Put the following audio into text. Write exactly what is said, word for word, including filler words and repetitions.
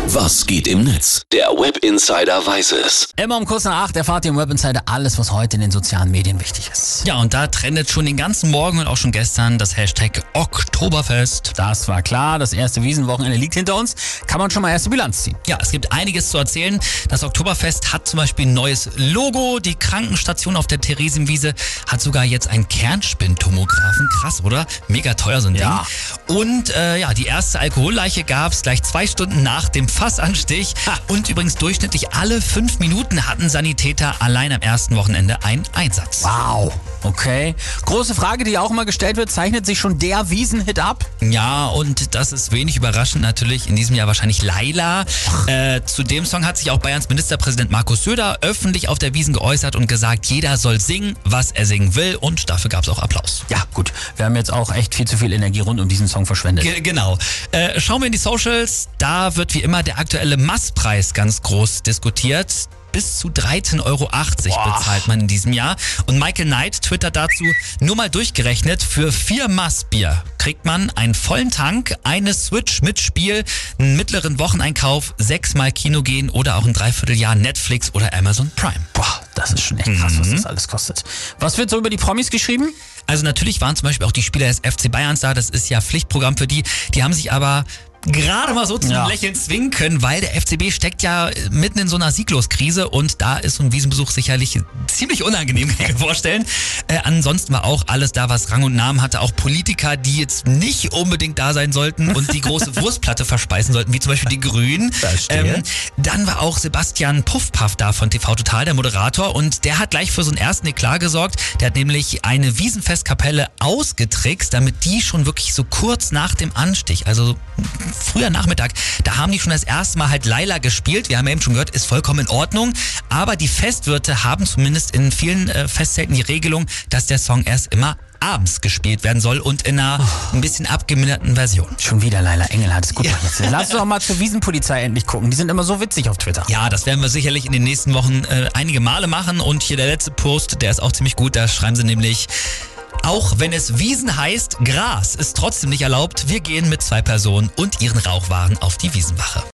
Was geht im Netz? Der Web Insider weiß es. Immer um kurz nach acht erfahrt ihr im Web Insider alles, was heute in den sozialen Medien wichtig ist. Ja, und da trendet schon den ganzen Morgen und auch schon gestern das Hashtag Oktoberfest. Das war klar, das erste Wiesenwochenende liegt hinter uns. Kann man schon mal erste Bilanz ziehen. Ja, es gibt einiges zu erzählen. Das Oktoberfest hat zum Beispiel ein neues Logo. Die Krankenstation auf der Theresienwiese hat sogar jetzt einen Kernspintomographen. Krass, oder? Mega teuer so ein Ja. Ding. Und äh, ja, die erste Alkoholleiche gab es gleich zwei Stunden nach dem Fassanstich. Ha. Und übrigens durchschnittlich alle fünf Minuten hatten Sanitäter allein am ersten Wochenende einen Einsatz. Wow. Okay. Große Frage, die auch immer gestellt wird, zeichnet sich schon der Wiesenhit ab? Ja, und das ist wenig überraschend natürlich. In diesem Jahr wahrscheinlich Laila. Äh, zu dem Song hat sich auch Bayerns Ministerpräsident Markus Söder öffentlich auf der Wiesn geäußert und gesagt, jeder soll singen, was er singen will. Und dafür gab es auch Applaus. Ja, gut. Wir haben jetzt auch echt viel zu viel Energie rund um diesen Song verschwendet. Ge- genau. Äh, schauen wir in die Socials. Da wird wie immer der aktuelle Masspreis ganz groß diskutiert. Bis zu dreizehn Euro achtzig Boah. bezahlt man in diesem Jahr. Und Michael Knight twittert dazu, nur mal durchgerechnet, für vier Massbier kriegt man einen vollen Tank, eine Switch mit Spiel, einen mittleren Wocheneinkauf, sechsmal Kino gehen oder auch ein Dreivierteljahr Netflix oder Amazon Prime. Boah, das ist schon echt krass, was das alles kostet. Was wird so über die Promis geschrieben? Also natürlich waren zum Beispiel auch die Spieler des F C Bayerns da, das ist ja Pflichtprogramm für die. Die haben sich aber gerade mal so zum Ja. Lächeln zwingen können, weil der F C B steckt ja mitten in so einer Siegloskrise und da ist so ein Wiesenbesuch sicherlich ziemlich unangenehm, kann ich mir vorstellen. Äh, ansonsten war auch alles da, was Rang und Namen hatte, auch Politiker, die jetzt nicht unbedingt da sein sollten und die große Wurstplatte verspeisen sollten, wie zum Beispiel die Grünen. Verstehe. Dann war auch Sebastian Puffpaff da von T V Total, der Moderator, und der hat gleich für so einen ersten Eklat gesorgt. Der hat nämlich eine Wiesenfestkapelle ausgetrickst, damit die schon wirklich so kurz nach dem Anstich, also früher Nachmittag, da haben die schon das erste Mal halt Laila gespielt. Wir haben ja eben schon gehört, ist vollkommen in Ordnung. Aber die Festwirte haben zumindest in vielen äh, Festzelten die Regelung, dass der Song erst immer abends gespielt werden soll und in einer ein bisschen abgeminderten Version. Schon wieder Laila Engelhardt. Ist gut. Ja. Jetzt lass uns doch mal zur Wiesenpolizei endlich gucken. Die sind immer so witzig auf Twitter. Ja, das werden wir sicherlich in den nächsten Wochen äh, einige Male machen. Und hier der letzte Post, der ist auch ziemlich gut. Da schreiben sie nämlich: Auch wenn es Wiesn heißt, Gras ist trotzdem nicht erlaubt. Wir gehen mit zwei Personen und ihren Rauchwaren auf die Wiesenwache.